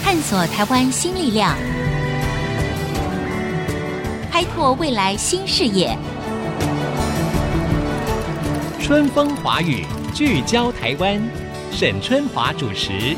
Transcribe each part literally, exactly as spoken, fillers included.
探索台湾新力量，开拓未来新视野。 春风华语，聚焦台湾，沈春华主持。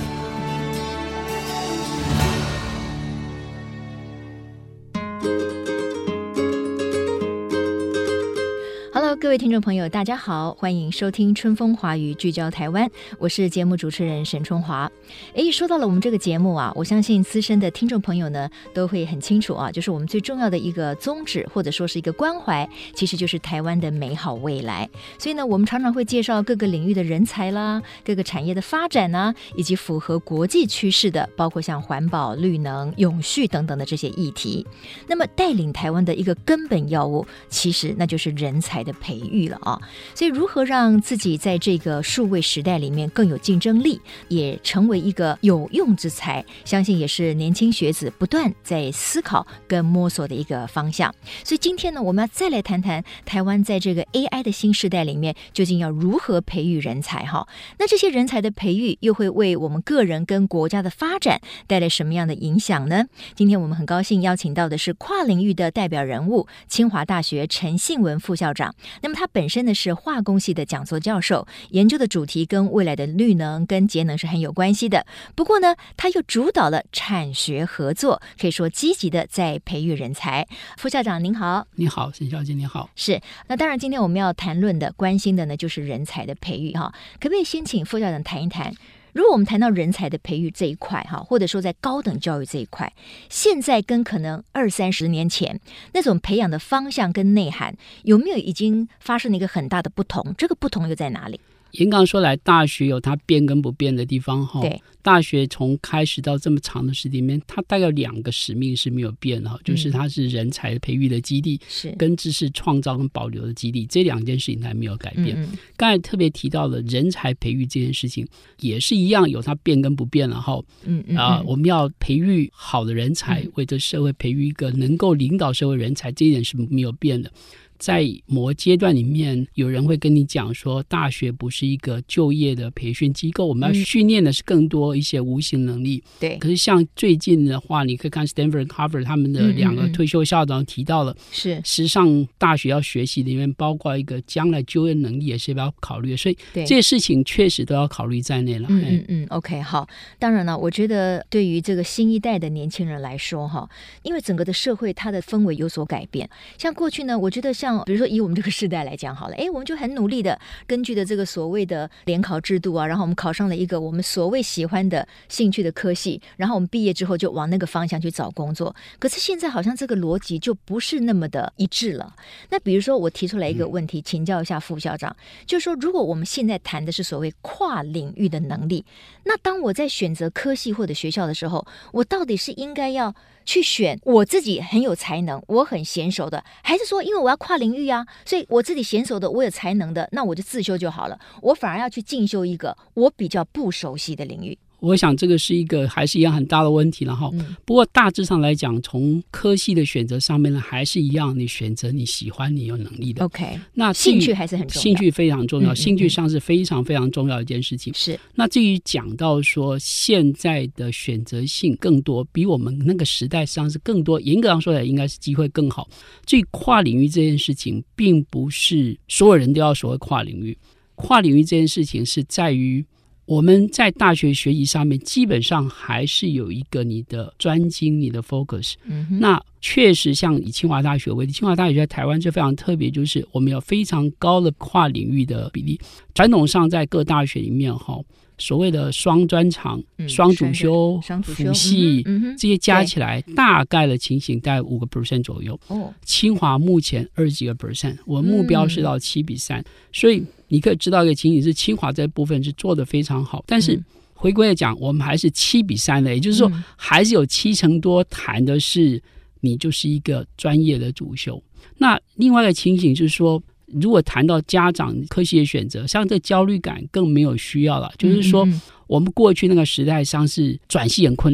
Hello， 各位听众朋友，大家好，欢迎收听春风华语聚焦台湾，我是节目主持人沈春华。诶，说到了我们这个节目啊，我相信资深的听众朋友呢都会很清楚啊，就是我们最重要的一个宗旨或者说是一个关怀，其实就是台湾的美好未来。所以呢，我们常常会介绍各个领域的人才啦，各个产业的发展啊，以及符合国际趋势的，包括像环保、绿能、永续等等的这些议题。那么带领台湾的一个根本要务，其实那就是人才的培育了啊。所以如何让自己在这个数位时代里面更有竞争力，也成为一个有用之才，相信也是年轻学子不断在思考跟摸索的一个方向。所以今天呢，我们要再来谈谈台湾在这个 A I 的新时代里面究竟要如何培育人才哈？那这些人才的培育又会为我们个人跟国家的发展带来什么样的影响呢？今天我们很高兴邀请到的是跨领域的代表人物，清华大学陈信文副校长。那么他本身呢是化工系的讲座教授，研究的主题跟未来的绿能跟节能是很有关系的。不过呢，他又主导了产学合作，可以说积极的在培育人才。副校长您好。 你好，沈小姐你好。 是，那当然今天我们要谈论的关心的呢就是人才的培育哈。可不可以先请副校长谈一谈，如果我们谈到人才的培育这一块哈，或者说在高等教育这一块，现在跟可能二三十年前那种培养的方向跟内涵，有没有已经发生了一个很大的不同？这个不同又在哪里？ 严格说来，大学有它变跟不变的地方。对，大学从开始到这么长的时间里面，它大概有两个使命是没有变的，嗯、就是它是人才培育的基地，是跟知识创造跟保留的基地，这两件事情它没有改变。嗯嗯，刚才特别提到了人才培育这件事情，也是一样有它变跟不变了哈。嗯嗯啊、呃，我们要培育好的人才，嗯、为这社会培育一个能够领导社会人才，这一点是没有变的。在某个阶段里面，有人会跟你讲说，大学不是一个就业的培训机构，我们要训练的是更多一些无形能力。对、嗯。可是像最近的话，你可以看 Stanford、Harvard 他们的两个退休校长提到了，是时尚大学要学习里面包括一个将来就业能力也是要考虑的，所以这些事情确实都要考虑在内了。嗯嗯嗯 ，OK， 好。当然了，我觉得对于这个新一代的年轻人来说，哈，因为整个的社会它的氛围有所改变，像过去呢，我觉得像比如说以我们这个世代来讲好了，哎，我们就很努力的根据的这个所谓的联考制度啊，然后我们考上了一个我们所谓喜欢的兴趣的科系，然后我们毕业之后就往那个方向去找工作。可是现在好像这个逻辑就不是那么的一致了。那比如说我提出来一个问题，请教一下副校长，就是说如果我们现在谈的是所谓跨领域的能力，那当我在选择科系或者学校的时候，我到底是应该要去选我自己很有才能我很娴熟的，还是说因为我要跨领域啊，所以我自己娴熟的我有才能的，那我就自修就好了，我反而要去进修一个我比较不熟悉的领域？我想这个是一个还是一样很大的问题了哈、嗯。不过大致上来讲，从科系的选择上面呢，还是一样，你选择你喜欢、你有能力的。OK， 那兴趣还是很重要，兴趣非常重要，嗯嗯嗯兴趣上是非常非常重要的一件事情。是。那至于讲到说现在的选择性更多，比我们那个时代上是更多，严格上说来应该是机会更好。至于跨领域这件事情，并不是所有人都要所谓跨领域。跨领域这件事情是在于，我们在大学学习上面基本上还是有一个你的专精你的 focus、嗯、那确实像以清华大学为例，清华大学在台湾是非常特别，就是我们有非常高的跨领域的比例。传统上在各大学里面所谓的双专长、嗯、双主修、辅系、嗯嗯、这些加起来大概的情形大概五个 percent 左右、哦、清华目前二十几个 percent， 我目标是到七比三、嗯、所以你可以知道一个情形是清华这部分是做得非常好，但是回归来讲我们还是七比三的，也就是说还是有七成多谈的是你就是一个专业的主修。那另外一个情形就是说，如果谈到家长科系的选择，像这焦虑感更没有需要了，就是说我们过去那个时代上是转系很困难，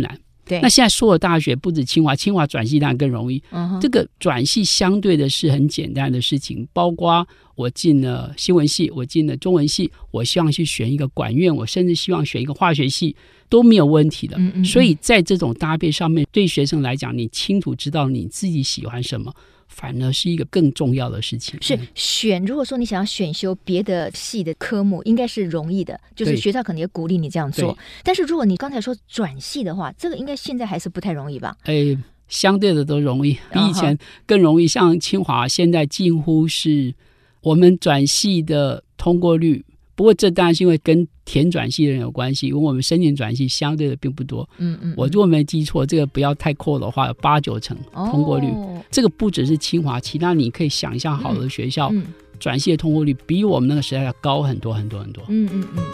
对， 那现在所有大学不止清华，清华转系当然更容易。嗯、这个转系相对的是很简单的事情，包括我进了新闻系，我进了中文系，我希望去选一个管院，我甚至希望选一个化学系，都没有问题的。嗯嗯嗯，所以在这种搭配上面，对学生来讲，你清楚知道你自己喜欢什么，反而是一个更重要的事情。 是选，如果说你想要选修别的系的科目，应该是容易的，就是学校可能也鼓励你这样做。但是如果你刚才说转系的话，这个应该现在还是不太容易吧？ 哎，相对的都容易，比以前更容易。像清华现在近乎是我们转系的通过率，不过这当然是因为跟填转系的人有关系，因为我们申请转系相对的并不多。嗯嗯，我如果没记错，这个不要太扣的话，有八九成通过率。哦、这个不只是清华，其他你可以想象好的学校、嗯嗯、转系的通过率比我们那个时代要高很多很多很多。嗯嗯嗯。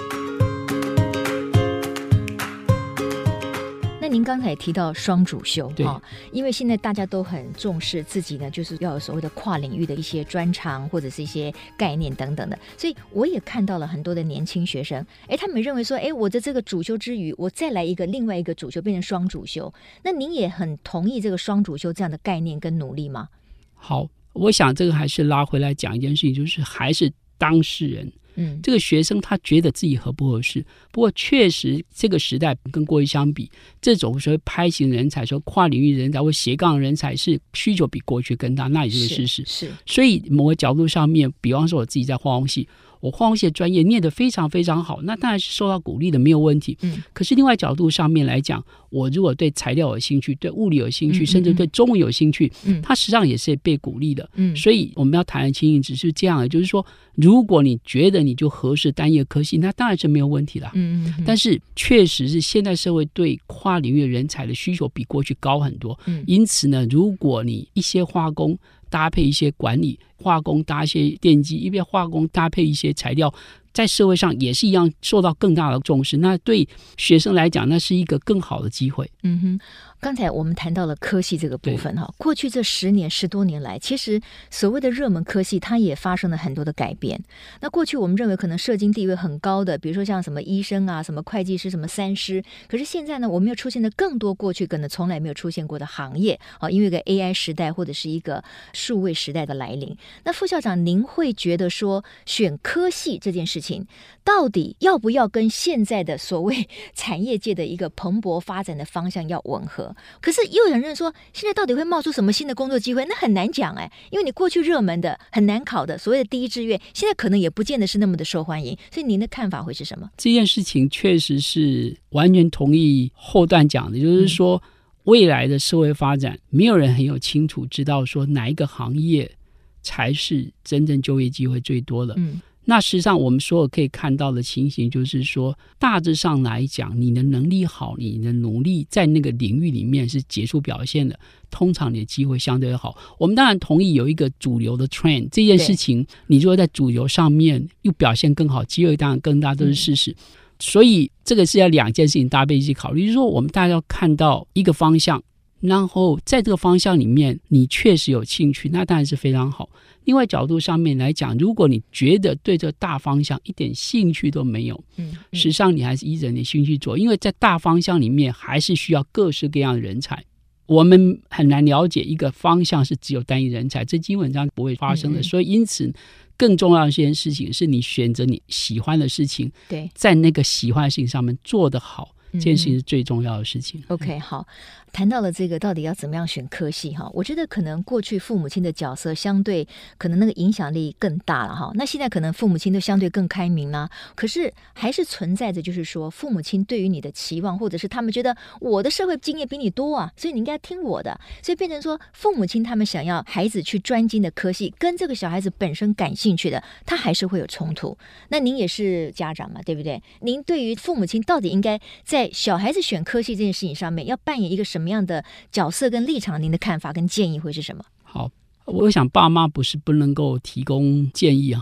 那您刚才也提到双主修，对、哦，因为现在大家都很重视自己呢，就是要有所谓的跨领域的一些专长或者是一些概念等等的，所以我也看到了很多的年轻学生，哎，他们认为说，哎，我的这个主修之余，我再来一个另外一个主修，变成双主修。那您也很同意这个双主修这样的概念跟努力吗？ 好，我想这个还是拉回来讲一件事情，就是还是当事人。嗯，这个学生他觉得自己合不合适，不过确实这个时代跟过去相比，这种所谓拍型人才、说跨领域人才或斜杠人才是需求比过去更大，那也是个事实。是，是所以某个角度上面，比方说我自己在化工系，我化工系的专业念得非常非常好，那当然是受到鼓励的，没有问题。嗯，可是另外角度上面来讲，我如果对材料有兴趣，对物理有兴趣，嗯嗯嗯甚至对中文有兴趣，嗯，它实际上也是被鼓励的。嗯，所以我们要谈的情形只是这样的，就是说，如果你觉得你就合适单一科系，那当然是没有问题啦。嗯嗯嗯但是确实是现在社会对跨领域人才的需求比过去高很多。嗯，因此呢，如果你一些化工搭配一些管理，化工搭一些电机，一边化工搭配一些材料，在社会上也是一样受到更大的重视，那对学生来讲那是一个更好的机会。 嗯哼，刚才我们谈到了科系这个部分哈，过去这十年十多年来，其实所谓的热门科系它也发生了很多的改变。那过去我们认为可能社经地位很高的，比如说像什么医生啊、什么会计师、什么三师，可是现在呢，我们又出现了更多过去可能从来没有出现过的行业啊，因为一个 A I 时代或者是一个数位时代的来临。那副校长，您会觉得说选科系这件事情到底要不要跟现在的所谓产业界的一个蓬勃发展的方向要吻合？可是又有人说，现在到底会冒出什么新的工作机会？那很难讲哎，因为你过去热门的、很难考的所谓的第一志愿，现在可能也不见得是那么的受欢迎。所以您的看法会是什么？ 这件事情确实是完全同意后段讲的，就是说、嗯、未来的社会发展，没有人很有清楚知道说哪一个行业才是真正就业机会最多的。嗯，那实际上我们所有可以看到的情形就是说，大致上来讲，你的能力好，你的努力在那个领域里面是杰出表现的，通常你的机会相对好。我们当然同意有一个主流的 trend 这件事情，你如果在主流上面又表现更好，机会当然更大，都是事实。嗯，所以这个是要两件事情搭配一起考虑，就是说我们大家要看到一个方向，然后在这个方向里面你确实有兴趣，那当然是非常好。另外角度上面来讲，如果你觉得对这个大方向一点兴趣都没有，嗯，嗯实际上你还是依着你的兴趣做，因为在大方向里面还是需要各式各样的人才。我们很难了解一个方向是只有单一人才，这基本上不会发生的。嗯嗯所以因此更重要的一件事情是你选择你喜欢的事情，对，在那个喜欢的事情上面做得好，这件事情是最重要的事情。 嗯、OK， 好，谈到了这个到底要怎么样选科系哈，我觉得可能过去父母亲的角色相对可能那个影响力更大了哈，那现在可能父母亲都相对更开明啦，可是还是存在着就是说父母亲对于你的期望，或者是他们觉得我的社会经验比你多啊，所以你应该听我的，所以变成说父母亲他们想要孩子去专精的科系跟这个小孩子本身感兴趣的，他还是会有冲突。那您也是家长嘛，对不对？您对于父母亲到底应该在小孩子选科系这件事情上面要扮演一个什么什么样的角色跟立场，您的看法跟建议会是什么？ 好，我想爸妈不是不能够提供建议哈，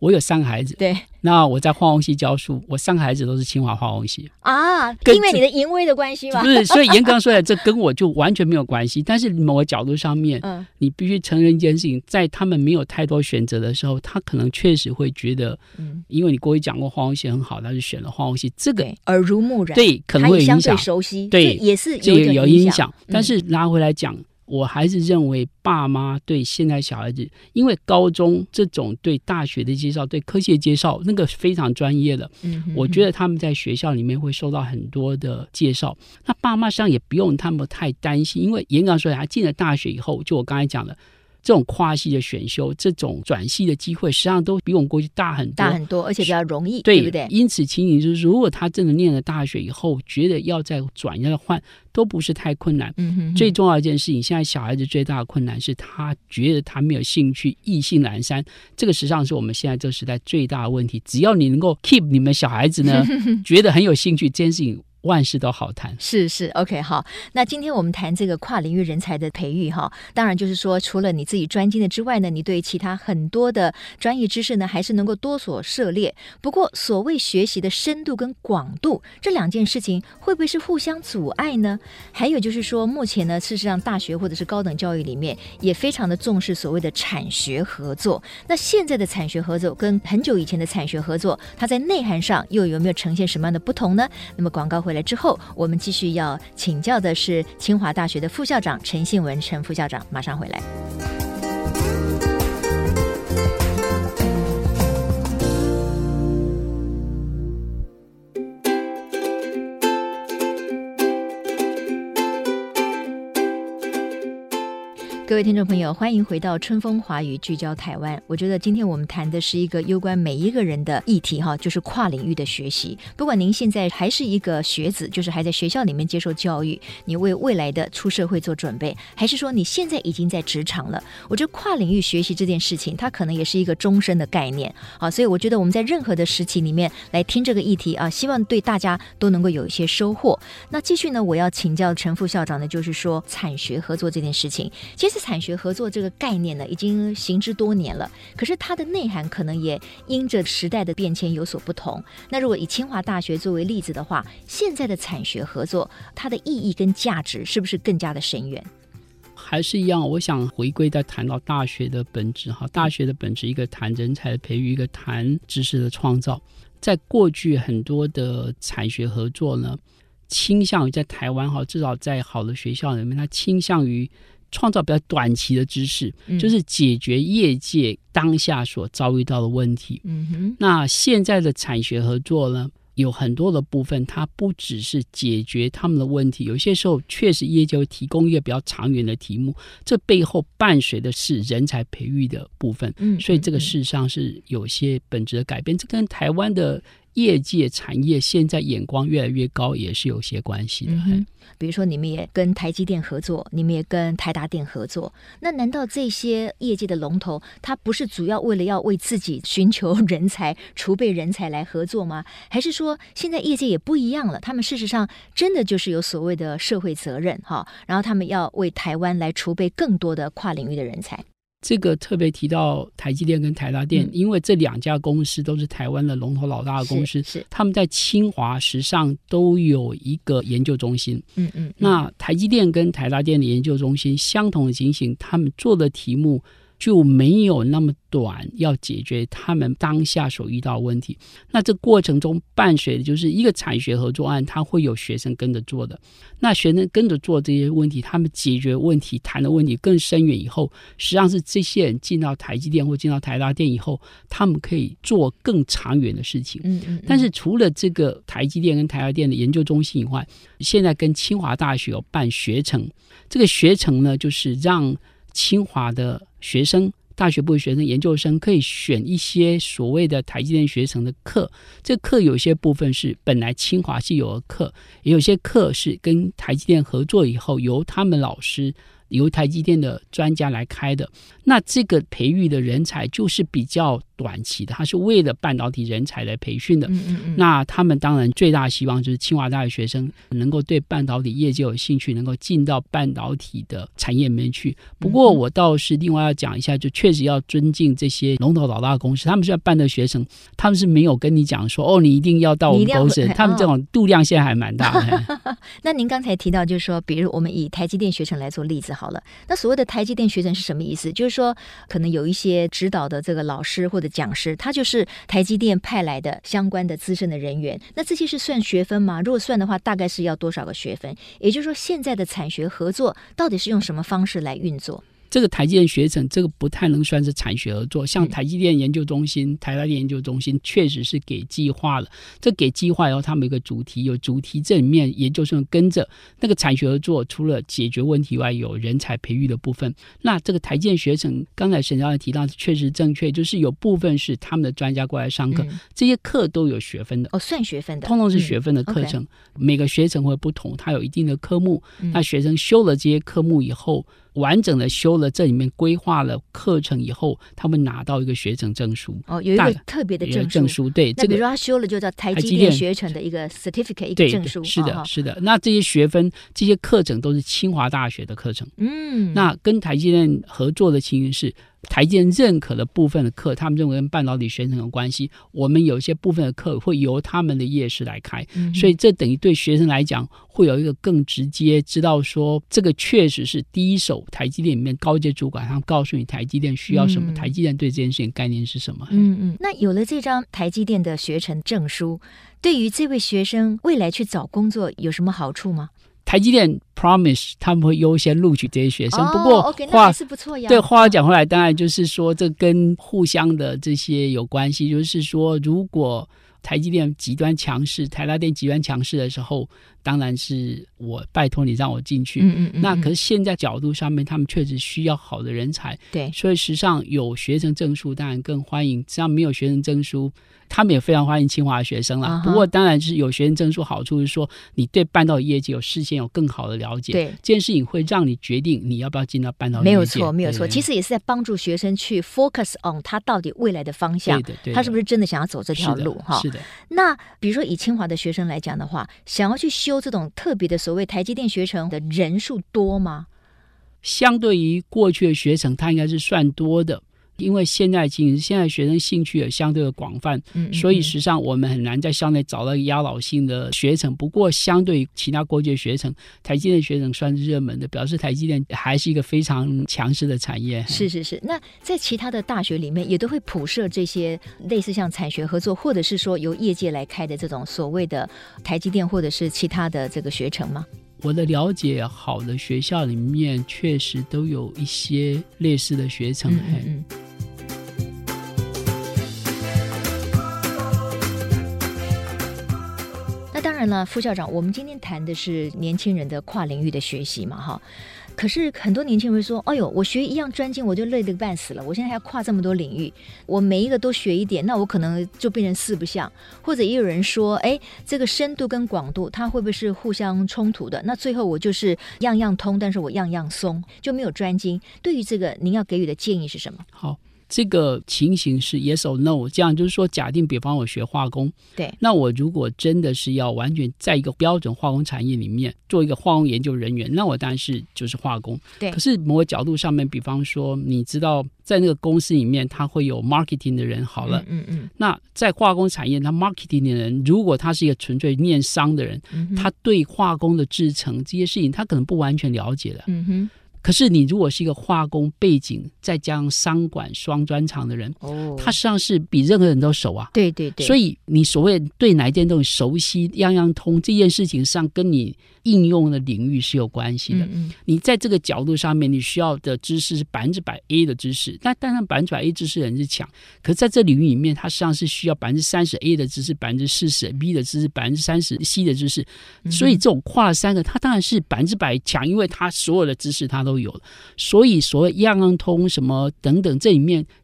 我有三个孩子， 对， 那我在化工系教书，我三个孩子都是清华化工系啊，因为你的淫威的关系吗？ 不是，所以严格说来，这跟我就完全没有关系。但是某个角度上面，嗯，你必须承认一件事情，在他们没有太多选择的时候，他可能确实会觉得，嗯，因为你过去讲过化工系很好，他就选了化工系，这个耳濡目染， 对，可能会影响， 相对熟悉， 对， 也是有点有影响。 嗯、 但是拉回来讲。我还是认为爸妈对现在小孩子，因为高中这种对大学的介绍、对科技的介绍，那个非常专业的，嗯，我觉得他们在学校里面会受到很多的介绍。那爸妈实际上也不用他们太担心，因为严格说来，他进了大学以后，就我刚才讲的。这种跨系的选修，这种转系的机会，实际上都比我们过去大很多， 大很多，而且比较容易， 对, 对不对？ 因此，情形就是，如果他真的念了大学以后，觉得要再转要换，都不是太困难。嗯哼哼，最重要的一件事情，现在小孩子最大的困难是他觉得他没有兴趣，意兴阑珊。这个实际上是我们现在这个时代最大的问题。只要你能够 keep 你们小孩子呢，觉得很有兴趣，这件事情。万事都好谈， 是是 OK 好。那今天我们谈这个跨领域人才的培育哈，当然就是说，除了你自己专精的之外呢，你对其他很多的专业知识呢，还是能够多所涉猎。不过，所谓学习的深度跟广度这两件事情，会不会是互相阻碍呢？还有就是说，目前呢，事实上大学或者是高等教育里面也非常的重视所谓的产学合作。那现在的产学合作跟很久以前的产学合作，它在内涵上又有没有呈现什么样的不同呢？那么广告回来之后，我们继续要请教的是清华大学的副校长陈信文陈副校长，马上回来。各位听众朋友，欢迎回到春风华语聚焦台湾。我觉得今天我们谈的是一个攸关每一个人的议题哈，就是跨领域的学习。不管您现在还是一个学子，就是还在学校里面接受教育，你为未来的出社会做准备，还是说你现在已经在职场了，我觉得跨领域学习这件事情，它可能也是一个终身的概念啊。所以我觉得我们在任何的时期里面来听这个议题啊，希望对大家都能够有一些收获。那继续呢，我要请教陈副校长的就是说产学合作这件事情，其实产学合作这个概念呢，已经行之多年了，可是它的内涵可能也因着时代的变迁有所不同。那如果以清华大学作为例子的话，现在的产学合作，它的意义跟价值是不是更加的深远？ 还是一样，我想回归再谈到大学的本质哈，大学的本质一个谈人才的培育，一个谈知识的创造。在过去很多的产学合作呢，倾向于在台湾哈，至少在好的学校里面，它倾向于创造比较短期的知识，嗯、就是解决业界当下所遭遇到的问题。嗯哼，那现在的产学合作呢，有很多的部分，它不只是解决他们的问题，有些时候确实业界会提供一个比较长远的题目，这背后伴随的是人才培育的部分。嗯，所以这个事实上是有些本质的改变，这跟台湾的业界产业现在眼光越来越高也是有些关系的。嗯， 比如说你们也跟台积电合作，你们也跟台达电合作，那难道这些业界的龙头他不是主要为了要为自己寻求人才储备人才来合作吗？还是说现在业界也不一样了，他们事实上真的就是有所谓的社会责任哈，然后他们要为台湾来储备更多的跨领域的人才？ 这个特别提到台积电跟台达电，嗯、因为这两家公司都是台湾的龙头老大的公司，是是他们在清华实际上都有一个研究中心。嗯嗯嗯，那台积电跟台达电的研究中心相同的情形，他们做的题目就没有那么短，要解决他们当下所遇到的问题。那这过程中伴随的就是一个产学合作案，它会有学生跟着做的。那学生跟着做这些问题，他们解决问题、谈的问题更深远以后，实际上是这些人进到台积电或进到台达电以后，他们可以做更长远的事情。嗯嗯嗯，但是除了这个台积电跟台达电的研究中心以外，现在跟清华大学有办学程，这个学程呢，就是让清华的学生、大学部的学生、研究生可以选一些所谓的台积电学程的课，这课有些部分是本来清华系有的课，也有些课是跟台积电合作以后由他们老师由台积电的专家来开的。那这个培育的人才就是比较短期的，它是为了半导体人才来培训的。嗯嗯嗯，那他们当然最大希望就是清华大学学生能够对半导体业界有兴趣，能够进到半导体的产业里面去。不过我倒是另外要讲一下，就确实要尊敬这些龙头老大公司，他们虽然办的学生，他们是没有跟你讲说哦，你一定要到我们公司，他们这种度量现在还蛮大的。 那您刚才提到就是说，比如我们以台积电学程来做例子好了，那所谓的台积电学程是什么意思？就是说可能有一些指导的这个老师或者讲师，他就是台积电派来的相关的资深的人员，那这些是算学分吗？如果算的话，大概是要多少个学分？也就是说现在的产学合作到底是用什么方式来运作？ 这个台积电学程这个不太能算是产学合作，像台积电研究中心、嗯、台达电研究中心确实是给计划了，这给计划以后他们有个主题，有主题这里面研究生跟着。那个产学合作除了解决问题外，有人才培育的部分。那这个台积电学程刚才沈教授提到确实正确，就是有部分是他们的专家过来上课、嗯、这些课都有学分的， 哦，算学分的， 通通是学分的课程、嗯 okay、每个学程会不同，它有一定的科目、嗯、那学生修了这些科目以后，完整的修了这里面规划了课程以后，他们拿到一个学程证书。 哦，有一个特别的证书。 证书，对。 那比如说他修了就叫台积电学程的一个 certificate 一个证书。 是的、哦、是的。那这些学分这些课程都是清华大学的课程。嗯。那跟台积电合作的情形是，台积电认可的部分的课，他们认为跟半导体学程有关系，我们有些部分的课会由他们的业师来开、嗯、所以这等于对学生来讲会有一个更直接知道说这个确实是第一手台积电里面高阶主管他们告诉你台积电需要什么、嗯、台积电对这件事情概念是什么。 嗯嗯。那有了这张台积电的学程证书，对于这位学生未来去找工作有什么好处吗？ 台积电 promise 他们会优先录取这些学生、哦、不过 okay, 那还是不错呀。 对，话讲回来当然就是说这跟互相的这些有关系，就是说如果台积电极端强势，台达电极端强势的时候，当然是我拜托你让我进去。嗯嗯嗯嗯。那可是现在角度上面，他们确实需要好的人才。对。所以实际上有学生证书，当然更欢迎；只要没有学生证书，他们也非常欢迎清华学生啦。Uh-huh. 不过当然是有学生证书，好处是说你对半导体业界有事先有更好的了解。对。这件事情会让你决定你要不要进到半导体业界。 没有错，没有错。其实也是在帮助学生去 focus on 他到底未来的方向。对的，对的。他是不是真的想要走这条路？哈。是的。那比如说以清华的学生来讲的话，想要去修这种特别的所谓台积电学程的人数多吗？ 相对于过去的学程，它应该是算多的。因为现在其实现在学生兴趣也相对的广泛，嗯嗯嗯，所以实际上我们很难在校内找到一个压倒性的学程。不过相对于其他国际的学程，台积电学程算是热门的，表示台积电还是一个非常强势的产业。 是是是。那在其他的大学里面也都会普设这些类似像产学合作，或者是说由业界来开的这种所谓的台积电或者是其他的这个学程吗？ 我的了解，好的学校里面确实都有一些类似的学程。嗯嗯嗯。 当然了，副校长，我们今天谈的是年轻人的跨领域的学习嘛，哈。可是很多年轻人会说，哎呦，我学一样专精我就累得半死了，我现在还要跨这么多领域，我每一个都学一点，那我可能就变成四不像。或者也有人说，哎，这个深度跟广度它会不会是互相冲突的？那最后我就是样样通，但是我样样松，就没有专精。对于这个您要给予的建议是什么？ 好，这个情形是 yes or no， 这样就是说，假定比方我学化工，对，那我如果真的是要完全在一个标准化工产业里面做一个化工研究人员，那我当然是就是化工。对，可是某个角度上面，比方说，你知道在那个公司里面，他会有 marketing 的人，好了，嗯嗯嗯，那在化工产业，他 marketing 的人，如果他是一个纯粹念商的人，嗯，他对化工的制程这些事情，他可能不完全了解的，嗯哼。可是你如果是一个化工背景再加上商管双专长的人，哦，他实际上是比任何人都熟啊。对对对。所以你所谓对哪一件东西熟悉样样通这件事情上，跟你应用的领域是有关系的。嗯嗯，你在这个角度上面，你需要的知识是百分之百 A 的知识，但当然百分之百 A 知识的人是强，可是在这领域里面，它实际上是需要百分之三十 A 的知识，百分之四十 B 的知识，百分之三十 C 的知识。所以这种跨了三个，它当然是百分之百强，因为它所有的知识它都有了。所以所谓样样通什么等等，这里面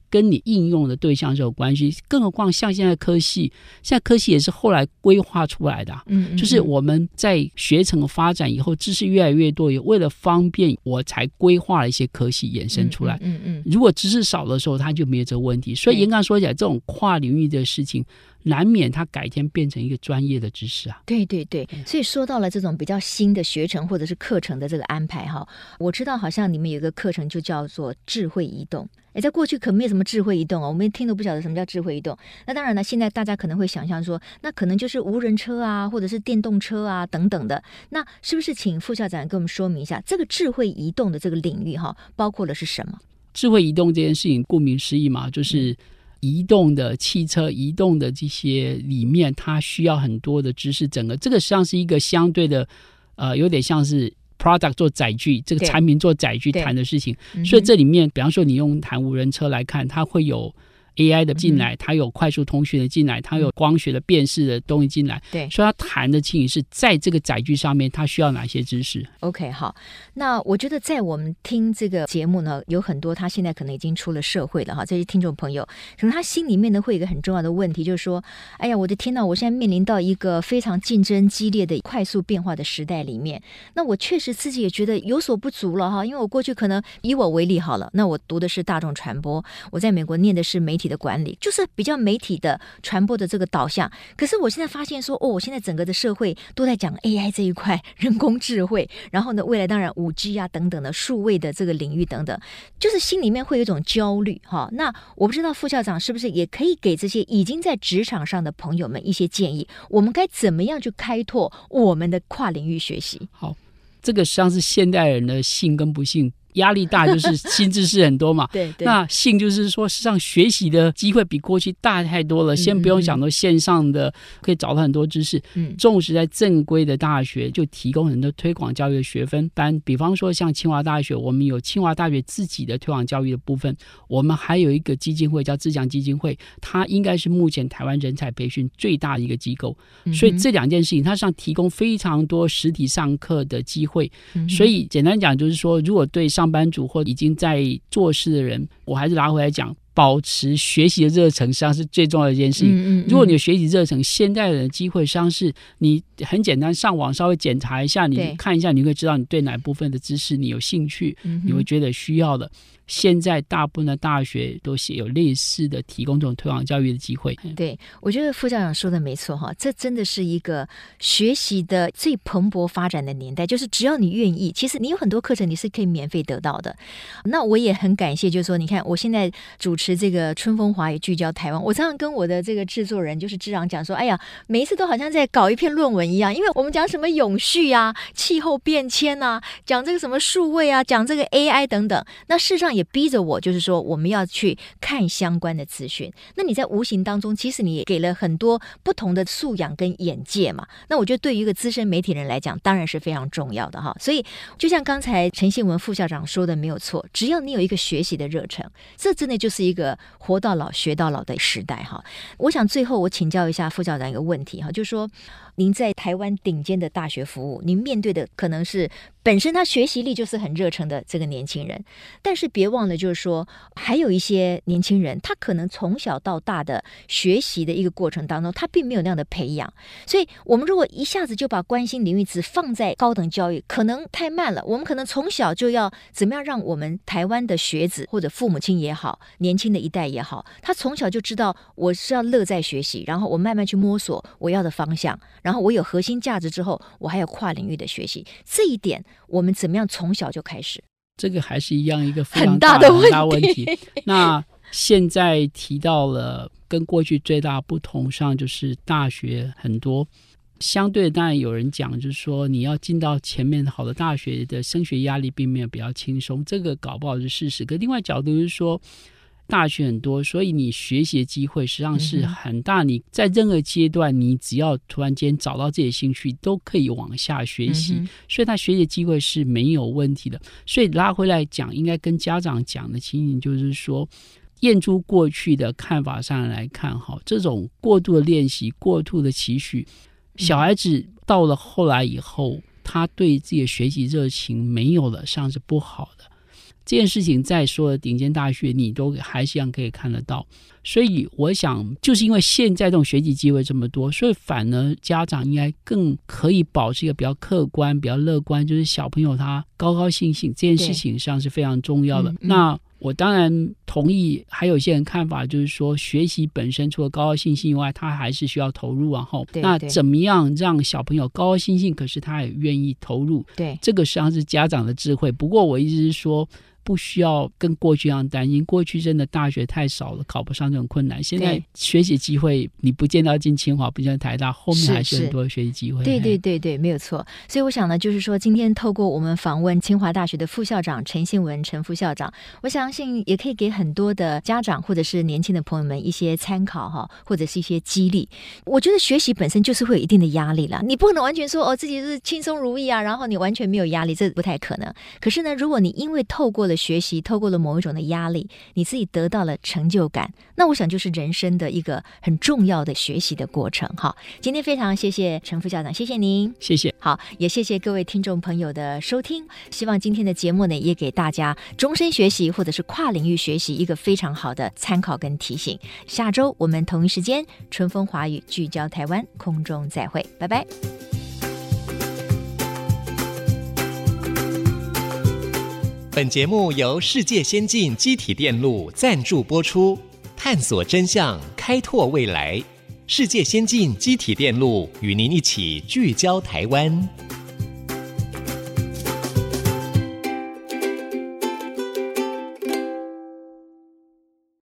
跟你应用的对象是有关系。更何况像现在科系，现在科系也是后来规划出来的、啊嗯嗯嗯、就是我们在学程发展以后，知识越来越多，也为了方便我才规划了一些科系衍生出来。嗯嗯嗯嗯，如果知识少的时候，它就没有这个问题。所以严格说起来，这种跨领域的事情难免它改天变成一个专业的知识啊。 对对对，所以说到了这种比较新的学程或者是课程的这个安排哈，我知道好像你们有一个课程就叫做智慧移动。哎，在过去可没有什么智慧移动哦，我们听都不晓得什么叫智慧移动。那当然了，现在大家可能会想象说，那可能就是无人车啊，或者是电动车啊等等的。那是不是请副校长跟我们说明一下，这个智慧移动的这个领域哈，包括的是什么？ 智慧移动这件事情，顾名思义嘛，就是移动的汽车、移动的这些里面，它需要很多的知识。整个这个实际上是一个相对的，呃，有点像是product 做载具，这个产品做载具谈的事情。所以这里面，比方说你用谈无人车来看，它会有 A I 的进来，它有快速通讯的进来，它有光学的辨识的东西进来。对，所以它谈的情形是在这个载具上面，它需要哪些知识 ？OK， 好。那我觉得在我们听这个节目呢，有很多他现在可能已经出了社会了哈，这些听众朋友，可能他心里面呢会有一个很重要的问题，就是说，哎呀，我的天哪，我现在面临到一个非常竞争激烈的、快速变化的时代里面，那我确实自己也觉得有所不足了哈，因为我过去可能以我为例好了，那我读的是大众传播，我在美国念的是媒体的管理，就是比较媒体的传播的这个导向。可是我现在发现说，哦，我现在整个的社会都在讲 A I 这一块，人工智慧，然后呢，未来当然 五 G 啊等等的数位的这个领域等等，就是心里面会有一种焦虑哈。那我不知道副校长是不是也可以给这些已经在职场上的朋友们一些建议，我们该怎么样去开拓我们的跨领域学习？ 好，这个实际上是现代人的幸跟不幸。压力大就是新知识很多嘛， 对对。 那幸就是说，实际上学习的机会比过去大太多了。嗯、先不用想到线上的可以找到很多知识，嗯，纵使在正规的大学就提供很多推广教育的学分班，比方说像清华大学，我们有清华大学自己的推广教育的部分，我们还有一个基金会叫自强基金会，它应该是目前台湾人才培训最大的一个机构。嗯、所以这两件事情，它实际上提供非常多实体上课的机会。嗯、所以简单讲就是说，如果对上班族或已经在做事的人，我还是拿回来讲，保持学习的热忱实际上是最重要的一件事情。嗯嗯嗯，如果你有学习热忱，现代人的机会实际上是你很简单上网稍微检查一下，你看一下，你会知道你对哪部分的知识你有兴趣，你会觉得需要的。现在大部分的大学都有类似的提供这种推广教育的机会。 对，我觉得副校长说的没错哈，这真的是一个学习的最蓬勃发展的年代，就是只要你愿意，其实你有很多课程你是可以免费得到的。那我也很感谢，就是说你看我现在主持这个春风华语聚焦台湾，我常常跟我的这个制作人就是志昂讲说，哎呀，每一次都好像在搞一篇论文一样，因为我们讲什么永续啊、气候变迁啊，讲这个什么数位啊，讲这个 A I 等等，那事实上也逼着我就是说我们要去看相关的资讯。那你在无形当中其实你也给了很多不同的素养跟眼界嘛，那我觉得对于一个资深媒体人来讲当然是非常重要的哈。所以就像刚才陈信文副校长说的没有错，只要你有一个学习的热忱，这真的就是一个活到老学到老的时代哈。我想最后我请教一下副校长一个问题哈，就是说您在台湾顶尖的大学服务，您面对的可能是本身他学习力就是很热忱的这个年轻人，但是别忘了就是说还有一些年轻人他可能从小到大的学习的一个过程当中他并没有那样的培养，所以我们如果一下子就把关心领域只放在高等教育可能太慢了，我们可能从小就要怎么样让我们台湾的学子或者父母亲也好，年轻的一代也好，他从小就知道我是要乐在学习，然后我慢慢去摸索我要的方向，然后我有核心价值之后我还有跨领域的学习，这一点我们怎么样从小就开始？ 这个还是一样一个非常大的很大问题。那现在提到了跟过去最大不同上，就是大学很多相对当然有人讲就是说你要进到前面好的大学的升学压力并没有比较轻松，这个搞不好是事实。可另外角度就是说大学很多，所以你学习的机会实际上是很大，你在任何阶段你只要突然间找到自己的兴趣都可以往下学习、嗯、所以他学习的机会是没有问题的。所以拉回来讲，应该跟家长讲的情形就是说，验出过去的看法上来看，这种过度的练习过度的期许，小孩子到了后来以后他对自己的学习热情没有了，实际上是不好的。 这件事情在所有的顶尖大学你都还是一样可以看得到。所以我想就是因为现在这种学习机会这么多，所以反而家长应该更可以保持一个比较客观比较乐观，就是小朋友他高高兴兴这件事情上是非常重要的。那我当然同意还有一些人看法，就是说学习本身除了高高兴兴以外，他还是需要投入啊。那怎么样让小朋友高高兴兴可是他也愿意投入，对，这个实际上是家长的智慧。不过我一直是说不需要跟过去一样担心，过去真的大学太少了，考不上这种困难。现在学习机会你不见得要进清华，不见得台大，后面还是很多学习机会。对对对对，没有错。所以我想呢，就是说今天透过我们访问清华大学的副校长陈信文陈副校长，我相信也可以给很多的家长或者是年轻的朋友们一些参考哈，或者是一些激励。我觉得学习本身就是会有一定的压力啦，你不可能完全说哦自己是轻松如意啊，然后你完全没有压力，这不太可能。可是呢，如果你因为透过了学习，透过了某一种的压力，你自己得到了成就感，那我想就是人生的一个很重要的学习的过程哈。今天非常谢谢陈副校长，谢谢您，谢谢。好，也谢谢各位听众朋友的收听，希望今天的节目呢也给大家终身学习或者是跨领域学习一个非常好的参考跟提醒。下周我们同一时间春风华语聚焦台湾空中再会，拜拜。 本节目由世界先进机体电路赞助播出，探索真相，开拓未来。世界先进机体电路与您一起聚焦台湾。